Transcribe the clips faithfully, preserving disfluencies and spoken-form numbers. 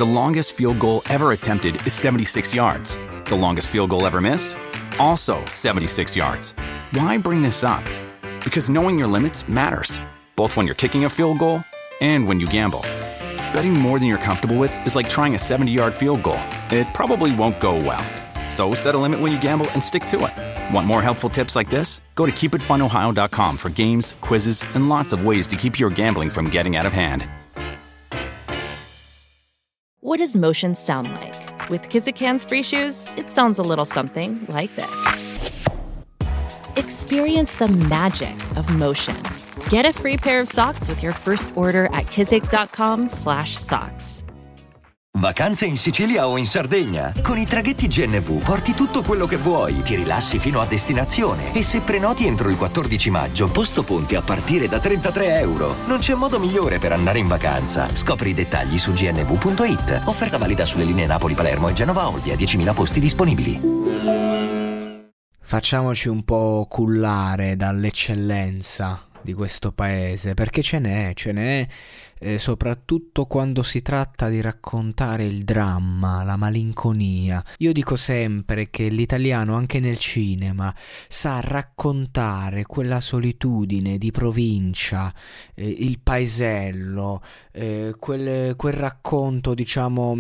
The longest field goal ever attempted is seventy-six yards. The longest field goal ever missed? Also seventy-six yards. Why bring this up? Because knowing your limits matters, both when you're kicking a field goal and when you gamble. Betting more than you're comfortable with is like trying a seventy-yard field goal. It probably won't go well. So set a limit when you gamble and stick to it. Want more helpful tips like this? Go to keep it fun ohio dot com for games, quizzes, and lots of ways to keep your gambling from getting out of hand. What does motion sound like? With Kizikans free shoes, it sounds a little something like this. Experience the magic of motion. Get a free pair of socks with your first order at kizik.com slash socks. Vacanze in Sicilia o in Sardegna. Con i traghetti G N V porti tutto quello che vuoi, ti rilassi fino a destinazione e se prenoti entro il quattordici maggio, posto ponti a partire da trentatré euro. Non c'è modo migliore per andare in vacanza. Scopri i dettagli su g n v punto i t. Offerta valida sulle linee Napoli-Palermo e Genova-Olbia, diecimila posti disponibili. Facciamoci un po' cullare dall'eccellenza di questo paese, perché ce n'è, ce n'è eh, soprattutto quando si tratta di raccontare il dramma, la malinconia. Io dico sempre che l'italiano, anche nel cinema, sa raccontare quella solitudine di provincia, eh, il paesello, eh, quel, quel racconto, diciamo,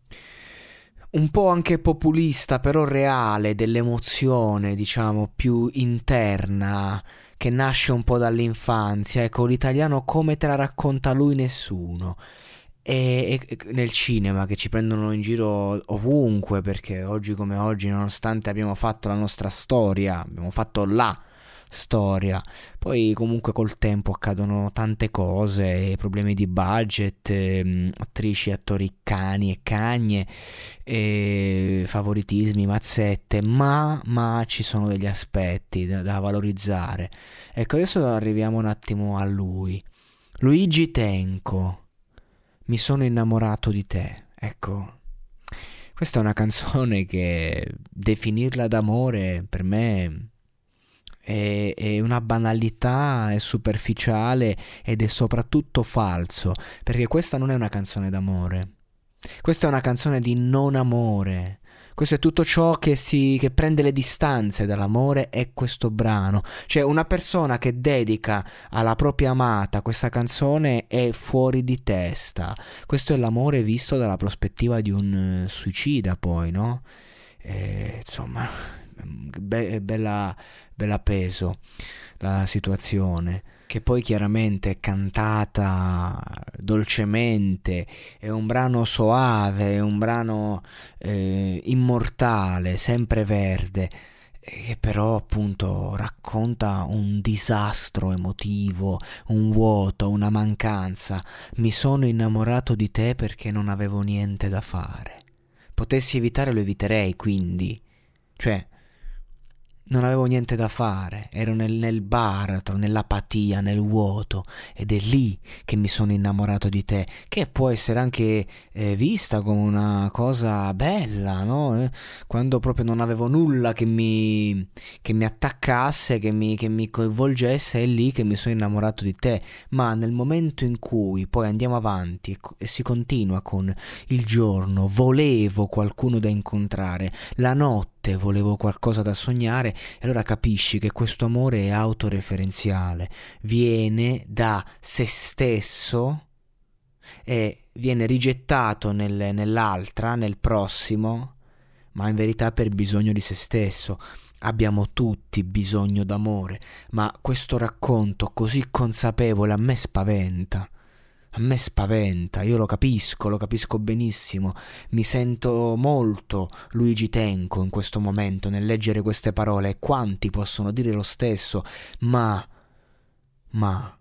un po' anche populista, però reale, dell'emozione, diciamo, più interna, che nasce un po' dall'infanzia. Ecco, l'italiano come te la racconta lui, nessuno. E, e nel cinema, che ci prendono in giro ovunque, perché oggi come oggi, nonostante abbiamo fatto la nostra storia, abbiamo fatto la storia, poi comunque col tempo accadono tante cose, problemi di budget, ehm, attrici, attori cani e cagne, e favoritismi, mazzette, ma, ma ci sono degli aspetti da, da valorizzare. Ecco, adesso arriviamo un attimo a lui. Luigi Tenco, Mi sono innamorato di te. Ecco, questa è una canzone che definirla d'amore per me è, è una banalità, è superficiale ed è soprattutto falso, perché questa non è una canzone d'amore, questa è una canzone di non amore. Questo è tutto ciò che si che prende le distanze dall'amore, è questo brano. Cioè, una persona che dedica alla propria amata questa canzone è fuori di testa. Questo è l'amore visto dalla prospettiva di un uh, suicida, poi, no? E, insomma, be- bella, bella peso la situazione, che poi chiaramente è cantata dolcemente, è un brano soave, è un brano eh, immortale, sempreverde, che però appunto racconta un disastro emotivo, un vuoto, una mancanza. Mi sono innamorato di te perché non avevo niente da fare. Potessi evitare, lo eviterei, quindi, cioè, non avevo niente da fare, ero nel, nel baratro, nell'apatia, nel vuoto, ed è lì che mi sono innamorato di te, che può essere anche eh, vista come una cosa bella, no? Eh? Quando proprio non avevo nulla che mi, che mi attaccasse, che mi, che mi coinvolgesse, è lì che mi sono innamorato di te. Ma nel momento in cui poi andiamo avanti e, e si continua con il giorno, volevo qualcuno da incontrare, la notte volevo qualcosa da sognare, e allora capisci che questo amore è autoreferenziale, viene da se stesso e viene rigettato nel, nell'altra, nel prossimo, ma in verità per bisogno di se stesso. Abbiamo tutti bisogno d'amore, ma questo racconto così consapevole a me spaventa. A me spaventa, io lo capisco, lo capisco benissimo, mi sento molto Luigi Tenco in questo momento nel leggere queste parole, e quanti possono dire lo stesso, ma, ma,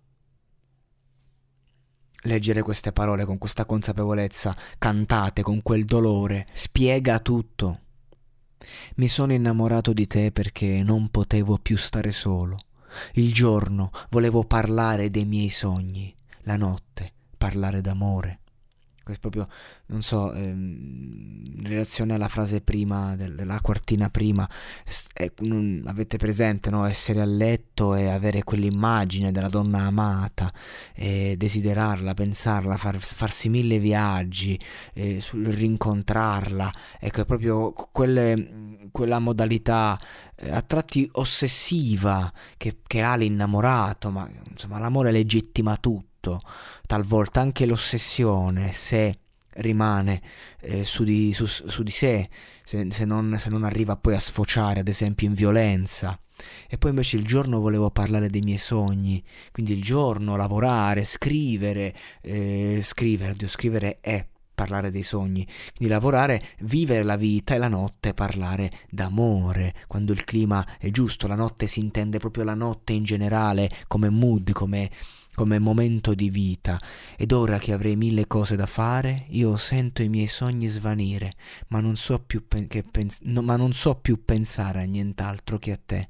leggere queste parole con questa consapevolezza, cantate con quel dolore, spiega tutto. Mi sono innamorato di te perché non potevo più stare solo. Il giorno volevo parlare dei miei sogni, la notte parlare d'amore. Questo proprio, non so, ehm, in relazione alla frase prima, della quartina prima, è, non, avete presente, no? Essere a letto e avere quell'immagine della donna amata, e desiderarla, pensarla, far, farsi mille viaggi, eh, sul rincontrarla, ecco, è proprio quelle, quella modalità eh, a tratti ossessiva che, che ha l'innamorato, ma insomma l'amore legittima tutto. Talvolta anche l'ossessione, se rimane eh, su, di, su, su di sé, se, se, non, se non arriva poi a sfociare ad esempio in violenza. E poi invece il giorno volevo parlare dei miei sogni, quindi il giorno lavorare, scrivere, eh, scrivere, oddio, scrivere è parlare dei sogni, quindi lavorare, vivere la vita, e la notte parlare d'amore, quando il clima è giusto. La notte si intende proprio la notte in generale come mood, come come momento di vita. Ed ora che avrei mille cose da fare, io sento i miei sogni svanire, ma non so più, pen- che pens- no, ma non so più pensare a nient'altro che a te.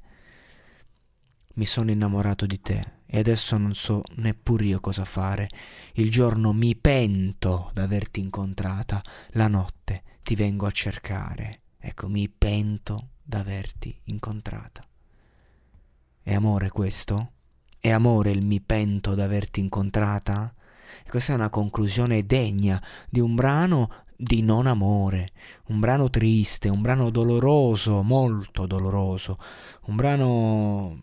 Mi sono innamorato di te e adesso non so neppur io cosa fare. Il giorno mi pento d'averti incontrata, la notte ti vengo a cercare. Ecco, mi pento d'averti incontrata. È amore questo? È amore il mi pento d'averti incontrata? E questa è una conclusione degna di un brano di non amore, un brano triste, un brano doloroso, molto doloroso, un brano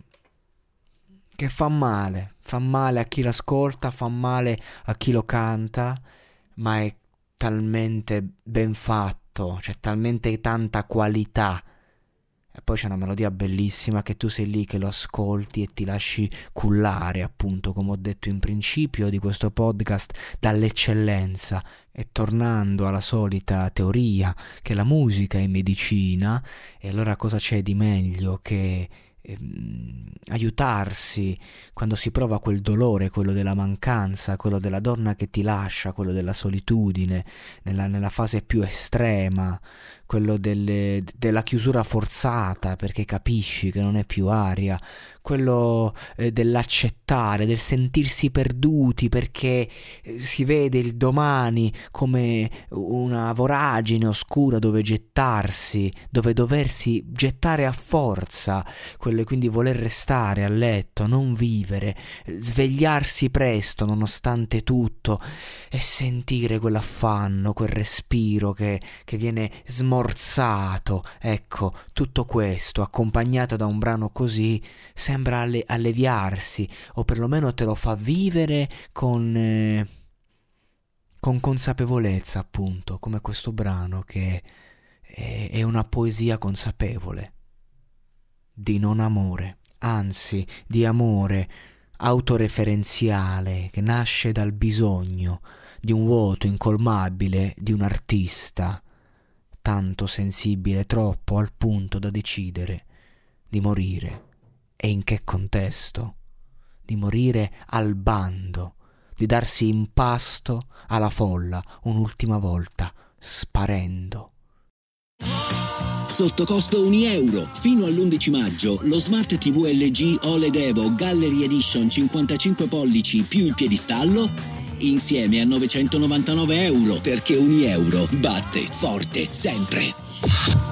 che fa male, fa male a chi l'ascolta, fa male a chi lo canta, ma è talmente ben fatto, c'è talmente tanta qualità. E poi c'è una melodia bellissima che tu sei lì che lo ascolti e ti lasci cullare, appunto, come ho detto in principio di questo podcast, dall'eccellenza. E tornando alla solita teoria che la musica è medicina, e allora cosa c'è di meglio che ehm, aiutarsi quando si prova quel dolore, quello della mancanza, quello della donna che ti lascia, quello della solitudine, nella, nella fase più estrema, quello delle, della chiusura forzata perché capisci che non è più aria, quello eh, dell'accettare, del sentirsi perduti perché eh, si vede il domani come una voragine oscura dove gettarsi, dove doversi gettare a forza, quello, quindi voler restare a letto, non vivere, svegliarsi presto nonostante tutto e sentire quell'affanno, quel respiro che, che viene smorzato. Ecco, tutto questo accompagnato da un brano così sembra alle- alleviarsi, o perlomeno te lo fa vivere con, eh, con consapevolezza, appunto, come questo brano che è, è una poesia consapevole di non amore, anzi di amore autoreferenziale che nasce dal bisogno di un vuoto incolmabile di un artista tanto sensibile, troppo al punto da decidere di morire. E in che contesto? Di morire al bando, di darsi in pasto alla folla un'ultima volta, sparendo. Sotto costo un euro. Fino all'undici maggio lo Smart tivù L G O L E D Evo Gallery Edition cinquantacinque pollici più il piedistallo insieme a novecentonovantanove euro, perché un euro batte forte sempre.